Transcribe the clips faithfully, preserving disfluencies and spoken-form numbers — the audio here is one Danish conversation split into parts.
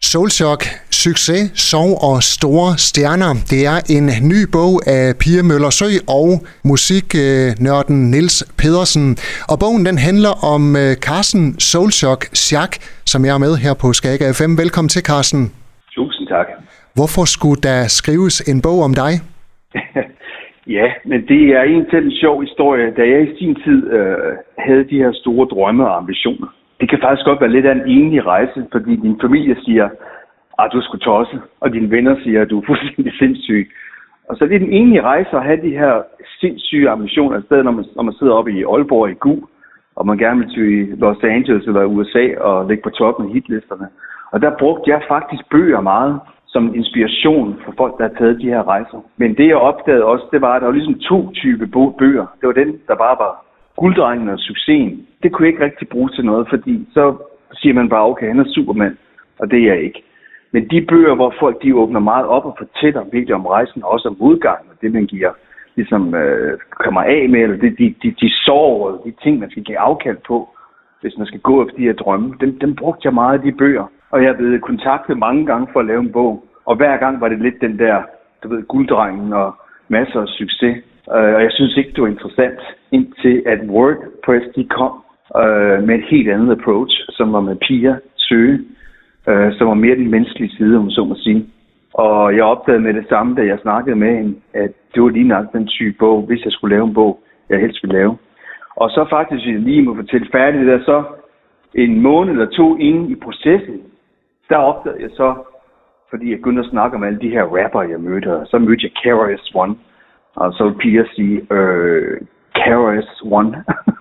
Soulshock, succes, sorg og store stjerner. Det er en ny bog af Pia Møller Søe og musiknørden Niels Pedersen. Og bogen den handler om Carsten Soulshock Schack, som jeg er med her på Skaga F M. Velkommen til, Carsten. Tusind tak. Hvorfor skulle der skrives en bog om dig? Ja, men det er egentlig en sjov historie. Da jeg i sin tid øh, havde de her store drømme og ambitioner. Det kan faktisk godt være lidt af en enlig rejse, fordi din familie siger, at du er sgu tosset, og dine venner siger, at du er fuldstændig sindssyg. Og så er det den enlige rejse at have de her sindssyge ambitioner, i stedet når man, når man sidder oppe i Aalborg i Gu, og man gerne vil til Los Angeles eller U S A og ligge på toppen af hitlisterne. Og der brugte jeg faktisk bøger meget som inspiration for folk, der har taget de her rejser. Men det jeg opdagede også, det var, at der var ligesom to typer bøger. Det var den, der bare var gulddrengen og succesen. Det kunne jeg ikke rigtig bruge til noget, fordi så siger man bare, okay, han er Superman, og det er jeg ikke. Men de bøger, hvor folk de åbner meget op og fortæller virkelig om rejsen, også om udgangen, og det man giver, ligesom øh, kommer af med, eller de, de, de, de sorger, de ting, man skal give afkald på, hvis man skal gå efter de her drømme, dem, dem brugte jeg meget i de bøger. Og jeg er blevet kontaktet mange gange for at lave en bog, og hver gang var det lidt den der, du ved, gulddrengen og masser af succes. Uh, og jeg synes ikke, det var interessant, indtil at WordPress de kom uh, med et helt andet approach, som var med Pia Søe, uh, som var mere den menneskelige side, om så må sige. Og jeg opdagede med det samme, da jeg snakkede med hende, at det var lige nok den type bog, hvis jeg skulle lave en bog, jeg helst ville lave. Og så faktisk, hvis jeg lige må fortælle færdigt, der så en måned eller to inde i processen, der opdagede jeg så, fordi jeg begyndte at snakke om alle de her rapper, jeg mødte, og så mødte jeg K R S One. Og så vil Pia sige, øh, K R S One.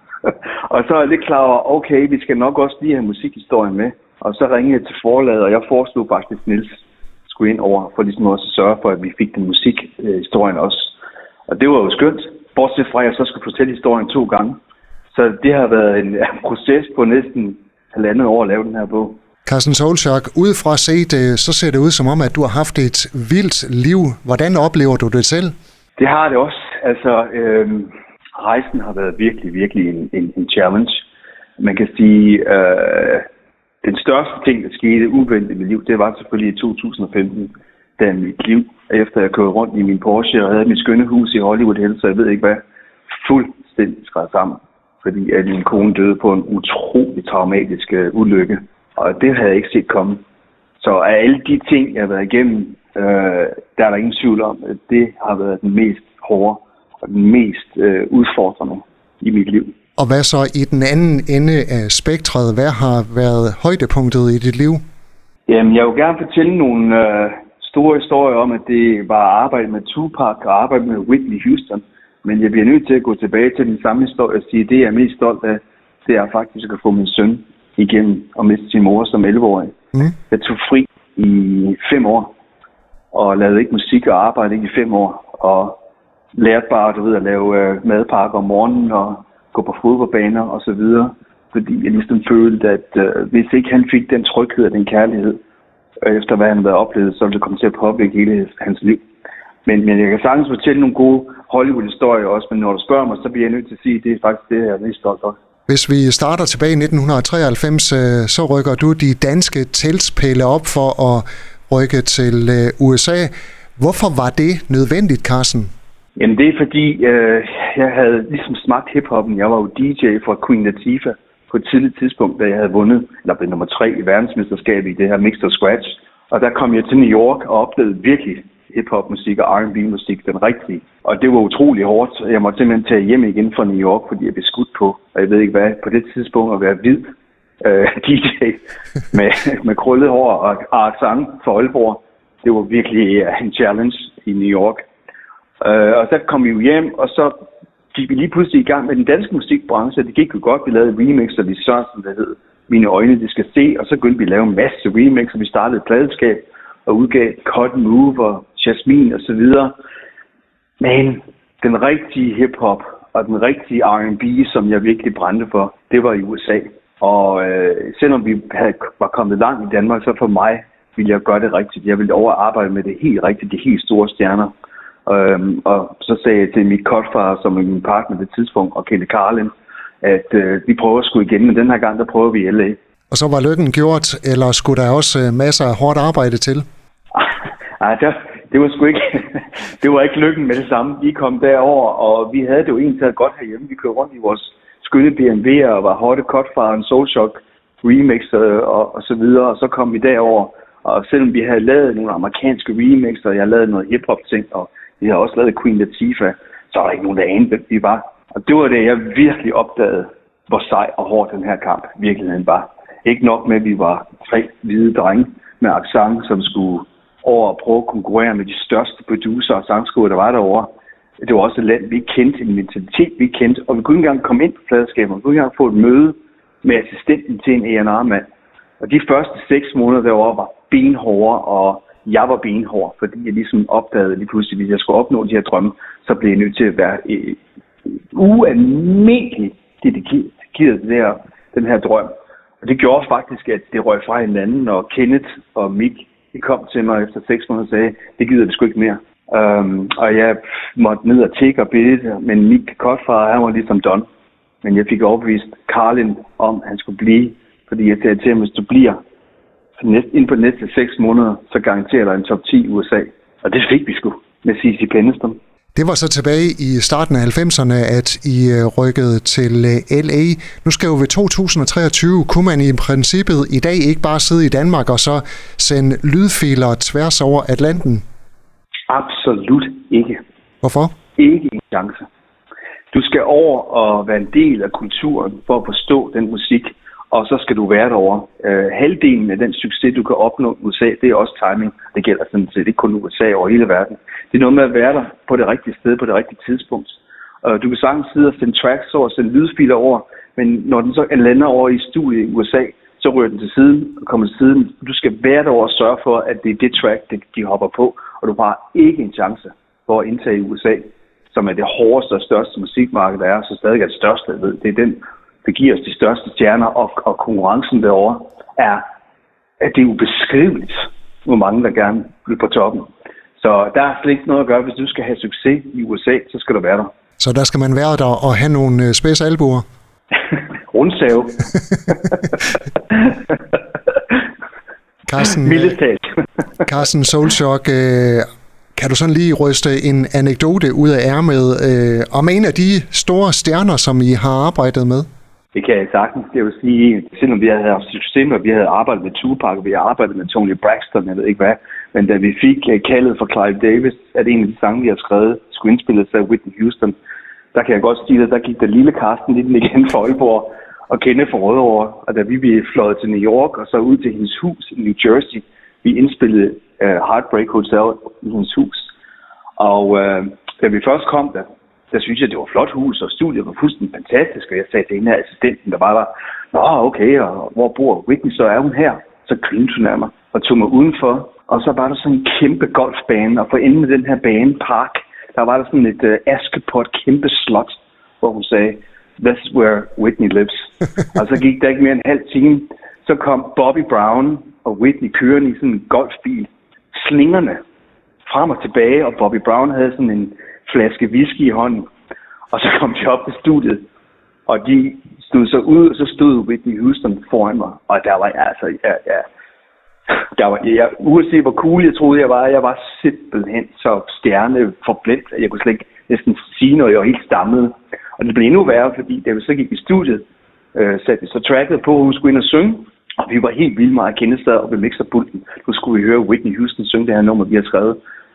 Og så er jeg lidt klar over, okay, vi skal nok også lige have musikhistorien med. Og så ringede jeg til forlaget, og jeg foreslog faktisk, at Niels skulle ind over, for ligesom også at sørge for, at vi fik den musikhistorien også. Og det var jo skønt, bortset fra, at jeg så skulle fortælle historien to gange. Så det har været en proces på næsten halvandet år at lave den her bog. Carsten Soulshock, udefra set, så ser det ud som om, at du har haft et vildt liv. Hvordan oplever du det selv? Det har det også. Altså, øhm, rejsen har været virkelig, virkelig en, en, en challenge. Man kan sige, øh, den største ting, der skete uventet i mit liv, det var selvfølgelig i to tusind og femten, da mit liv, efter jeg kørte rundt i min Porsche og havde mit skønne hus i Hollywood Hills, så jeg ved ikke hvad, fuldstændig skrevet sammen. Fordi at min kone døde på en utrolig traumatisk uh, ulykke. Og det havde jeg ikke set komme. Så af alle de ting, jeg har været igennem, øh, der er der ingen tvivl om, at det har været den mest hårde og den mest øh, udfordrende i mit liv. Og hvad så i den anden ende af spektret? Hvad har været højdepunktet i dit liv? Jamen, jeg vil gerne fortælle nogle øh, store historier om, at det var at arbejde med Tupac og arbejde med Whitney Houston. Men jeg bliver nødt til at gå tilbage til den samme historie og sige, at det jeg er mest stolt af, det er faktisk at få min søn igennem og miste sin mor som elleve-årig. Mm. Jeg tog fri i fem år, og lavede ikke musik og arbejdede ikke i fem år, og lærte bare, du ved, at lave øh, madpakker om morgenen og gå på fodboldbaner og så videre, fordi jeg ligesom følte, at øh, hvis ikke han fik den tryghed og den kærlighed, øh, efter hvad han havde oplevet, så ville det komme til at påvirke hele hans liv. Men, men jeg kan sagtens fortælle nogle gode Hollywood-historier også, men når du spørger mig, så bliver jeg nødt til at sige, at det er faktisk det, jeg er mest stolt af. Hvis vi starter tilbage i nitten treoghalvfems, så rykker du de danske teltspæle op for at rykke til U S A. Hvorfor var det nødvendigt, Carsten? Jamen det er fordi, øh, jeg havde ligesom smagt hiphoppen. Jeg var jo D J for Queen Latifah på et tidligt tidspunkt, da jeg havde vundet, eller blev nummer tre i verdensmesterskabet i det her Mixed or Scratch. Og der kom jeg til New York og oplevede virkelig hip-hop-musik og R and B-musik, den rigtige. Og det var utrolig hårdt. Jeg måtte simpelthen tage hjem igen fra New York, fordi jeg blev skudt på. Og jeg ved ikke hvad, på det tidspunkt at være hvid øh, D J med, med krøllet hår og, og accent for Aalborg. Det var virkelig uh, en challenge i New York. Uh, og så kom vi jo hjem, og så gik vi lige pludselig i gang med den danske musikbranche. Det gik jo godt. Vi lavede remix, og vi så sådan, der hed Mine Øjne, det skal se. Og så begyndte vi at lave en masse remix, og vi startede et pladeskab og udgav Cotton Move og Jasmine og så videre. Men den rigtige hiphop og den rigtige R and B, som jeg virkelig brændte for, det var i U S A. Og øh, selvom vi havde, var kommet langt i Danmark, så for mig ville jeg gøre det rigtigt. Jeg ville overarbejde med det helt rigtigt, de helt store stjerner. Øhm, og så sagde jeg til mit godfar, som er min partner på det tidspunkt, og Kenneth Carlin, at øh, vi prøver at sgu igen, men den her gang, der prøver vi i L A. Og så var lykken gjort, eller skulle der også masser af hårdt arbejde til? Ej, det, det var sgu ikke, det var ikke lykken med det samme. Vi kom derover, og vi havde det jo egentlig godt herhjemme. Vi kørte rundt i vores skønne B M W'er og var Hot Cutfire og Soulshock remix og, og så videre. Og så kom vi derover, og selvom vi havde lavet nogle amerikanske remixer, jeg havde lavet noget hiphop ting, og vi havde også lavet Queen Latifah, så var der ikke nogen, der anede, hvem vi var. Og det var det, jeg virkelig opdagede, hvor sej og hård den her kamp virkeligheden var. Ikke nok med, at vi var tre hvide drenge med accent, som skulle over at prøve at konkurrere med de største producer og sangskriver, der var derovre. Det var også et land, vi kendte, en mentalitet, vi kendte, og vi kunne ikke engang komme ind på pladeskabet. Vi kunne ikke engang få et møde med assistenten til en A and R-mand. Og de første seks måneder derovre var benhårde, og jeg var benhård, fordi jeg ligesom opdagede lige pludselig, at hvis jeg skulle opnå de her drømme, så blev jeg nødt til at være øh, ualmindeligt dedikeret til det her, den her drøm. Og det gjorde faktisk, at det røg fra hinanden, og Kenneth og Mick, de kom til mig efter seks måneder og sagde, det gider vi sgu ikke mere. Um, og jeg måtte ned og tække og bede, men Mick Cutfire, han var ligesom done. Men jeg fik overbevist Carlin om, at han skulle blive, fordi jeg sagde til ham, hvis du bliver inden på de næste seks måneder, så garanterer der en top ti i U S A. Og det fik vi sgu med C C Peniston. Det var så tilbage i starten af halvfemserne, at I rykkede til L A. Nu skal jo ved to tusind og treogtyve, kunne man i princippet i dag ikke bare sidde i Danmark og så sende lydfiler tværs over Atlanten? Absolut ikke. Hvorfor? Ikke en chance. Du skal over og være en del af kulturen for at forstå den musik, og så skal du være derovre. Øh, halvdelen af den succes, du kan opnå i U S A, det er også timing. Det gælder sådan set ikke kun U S A over hele verden. Det er noget med at være der på det rigtige sted, på det rigtige tidspunkt. Øh, du kan sagtens sidde og sende tracks over, sende lydfiler over, men når den så lander over i studiet i U S A, så rører den til siden og kommer til siden. Du skal være derovre og sørge for, at det er det track, de hopper på, og du har ikke en chance for at indtage i U S A, som er det hårdeste og største musikmarked, der er, så stadig er det største, jeg ved. Det er den, der giver os de største stjerner, og, og konkurrencen derovre er, at det er ubeskriveligt, hvor mange der gerne vil på toppen. Så der er slet ikke noget at gøre, hvis du skal have succes i U S A, så skal du være der. Så der skal man være der og have nogle spids albuer? Rundsave. Carsten, Mildestalt. Carsten Soulshock, øh, kan du sådan lige ryste en anekdote ud af ærmet øh, om en af de store stjerner, som I har arbejdet med? Det kan jeg sagtens. Jeg vil sige, selvom vi havde haft succes med, vi havde arbejdet med Tupac, og vi havde arbejdet med Tony Braxton, jeg ved ikke hvad, men da vi fik kaldet fra Clive Davis, at en af de sange, vi har skrevet, skulle indspilles af Whitney Houston, der kan jeg godt sige, at der gik der lille Carsten lidt igen fra Aalborg og Kenneth fra Rødovre, og da vi blev fløjet til New York og så ud til hendes hus i New Jersey, vi indspillede uh, Heartbreak Hotel i hendes hus. Og uh, da vi først kom der, der synes jeg, det var et flot hus, og studiet var fuldstændig fantastisk, og jeg sagde til hende her assistenten, der var der, nå okay, og hvor bor Whitney, så er hun her. Så grinede hun af mig og tog mig udenfor, og så var der sådan en kæmpe golfbane, og for enden af den her banepark, der var der sådan et uh, Askepot kæmpe slot, hvor hun sagde, that's where Whitney lives. Og så gik der ikke mere end en halv time, så kom Bobby Brown og Whitney kørende i sådan en golfbil, slingerne frem og tilbage, og Bobby Brown havde sådan en flaske whisky i hånden, og så kom de op til studiet, og de stod så ud, og så stod Whitney Houston foran mig, og der var altså, ja, ja, der var, jeg, uanset hvor cool jeg troede jeg var, jeg var simpelthen så stjerne forblændt, at jeg kunne slet ikke næsten sige noget, jeg var helt stammet. Og det blev endnu værre, fordi da vi så gik i studiet, øh, satte vi så tracket på, at hun skulle ind og synge, og vi var helt vildt meget kendt sad oppe ved mixerpulten. Nu skulle vi høre Whitney Houston synge det her nummer, vi har skrevet.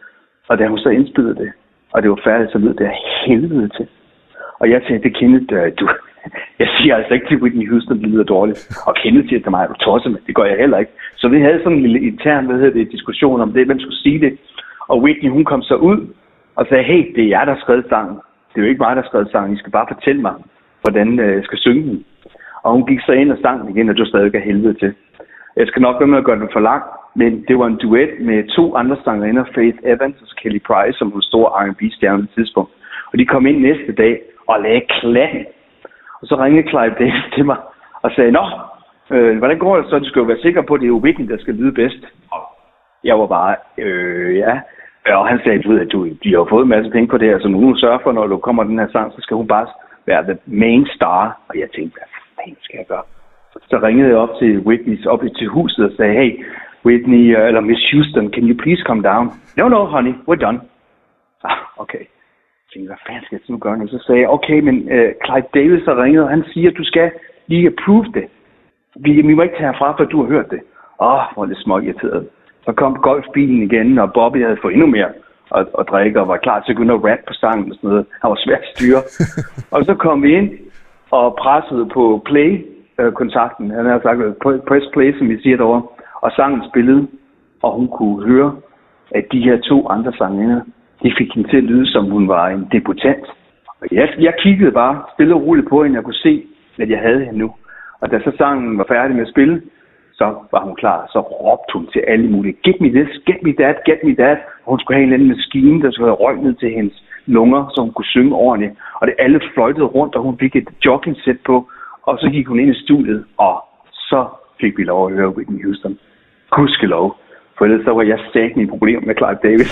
Og da hun så indspillede det, og det var færdigt, så lød det af helvede til. Og jeg tænkte, det Kenneth, du, jeg siger altså ikke til Whitney Houston, det lyder dårligt. Og Kenneth siger til mig, du tosser med, det gør jeg heller ikke. Så vi havde sådan en lille intern, hvad hedder det, diskussion om det, hvem skulle sige det. Og Whitney, hun kom så ud og sagde, hey, det er jeg, der har skrevet sangen. Det er jo ikke mig, der har skrevet sangen. I skal bare fortælle mig, hvordan jeg skal synge den. Og hun gik så ind og sang den igen, og det var stadig af helvede til. Jeg skal nok være med at gøre den for lang, men det var en duet med to andre sangerinder, Faith Evans og Kelly Price, som var store R and B-stjerne på et tidspunkt. Og de kom ind næste dag og lagde klatten. Og så ringede Clive Davis til mig og sagde, nå, øh, hvordan går det så? Du skal jo være sikker på, at det er jo Whitney, der skal lyde bedst. Og jeg var bare, øh, ja. Og han sagde, du ved, at du, de har fået en masse penge på det her, så nu må du sørge for, når du kommer den her sang, så skal hun bare være the main star. Og jeg tænkte, hvad fanden skal jeg gøre? så ringede jeg op til Whitney's, op til huset og sagde, hey, Whitney, uh, eller Miss Houston, can you please come down? No, no, honey, we're done. Ah, okay. Jeg tænkte, hvad fanden skal jeg nu gøre nu? Så sagde jeg, okay, men uh, Clive Davis har ringet, og han siger, at du skal lige approve det. Vi, vi må ikke tage herfra, før du har hørt det. Åh, oh, hvor er det småirriteret. Så kom golfbilen igen, og Bobby havde fået endnu mere at, at drikke, og var klar til at begynde at rap på sangen og sådan noget. Han var svært at styre. Og så kom vi ind og pressede på play-kontakten. Han havde sagt, press play, som vi siger derovre. Og sangen spillede, og hun kunne høre, at de her to andre sangerinder, de fik hende til at lyde, som hun var en debutant. Og jeg, jeg kiggede bare stille og roligt på hende, jeg kunne se, at jeg havde hende nu. Og da så sangen var færdig med at spille, så var hun klar. Så råbte hun til alle mulige, get me this, get me that, get me that. Og hun skulle have en eller anden maskine, der skulle have røg ned til hendes lunger, så hun kunne synge ordentligt. Og det alle fløjtede rundt, og hun fik et jogging-sæt på. Og så gik hun ind i studiet, og så fik vi lov at høre Whitney Houston. Gudskelov. For ellers så var jeg sagt mine problemer med Clive Davis.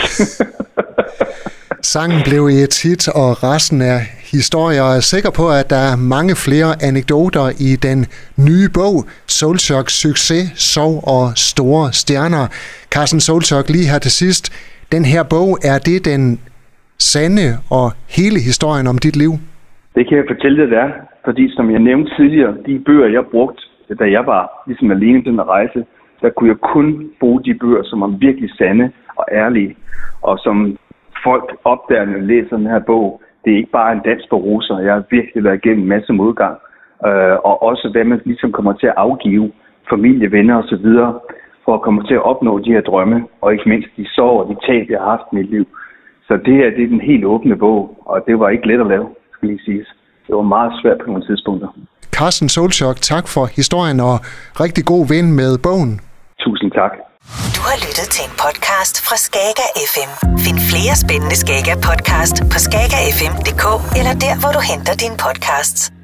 Sangen blev et hit, og resten er historie. Jeg er sikker på, at der er mange flere anekdoter i den nye bog, Soulshock, succes, sorg og store stjerner. Carsten Soulshock, lige her til sidst. Den her bog, er det den sande og hele historien om dit liv? Det kan jeg fortælle dig, der. Fordi som jeg nævnte tidligere, de bøger, jeg brugte, da jeg var ligesom alene til en rejse, der kunne jeg kun bruge de bøger, som er virkelig sande og ærlige, og som folk opdager, når de læser den her bog. Det er ikke bare en dans på roser. Jeg har virkelig været igennem en masse modgang, øh, og også hvad man ligesom kommer til at afgive familie, venner og så videre, for at komme til at opnå de her drømme, og ikke mindst de sorg og de tab, jeg har haft i mit liv. Så det her, det er den helt åbne bog, og det var ikke let at lave, skal lige siges. Det var meget svært på nogle tidspunkter. Carsten Soulshock, tak for historien, og rigtig god vind med bogen. Tusind tak. Du har lyttet til en podcast fra Skager F M. Find flere spændende Skager podcast på skager f m punktum d k eller der, hvor du henter dine podcasts.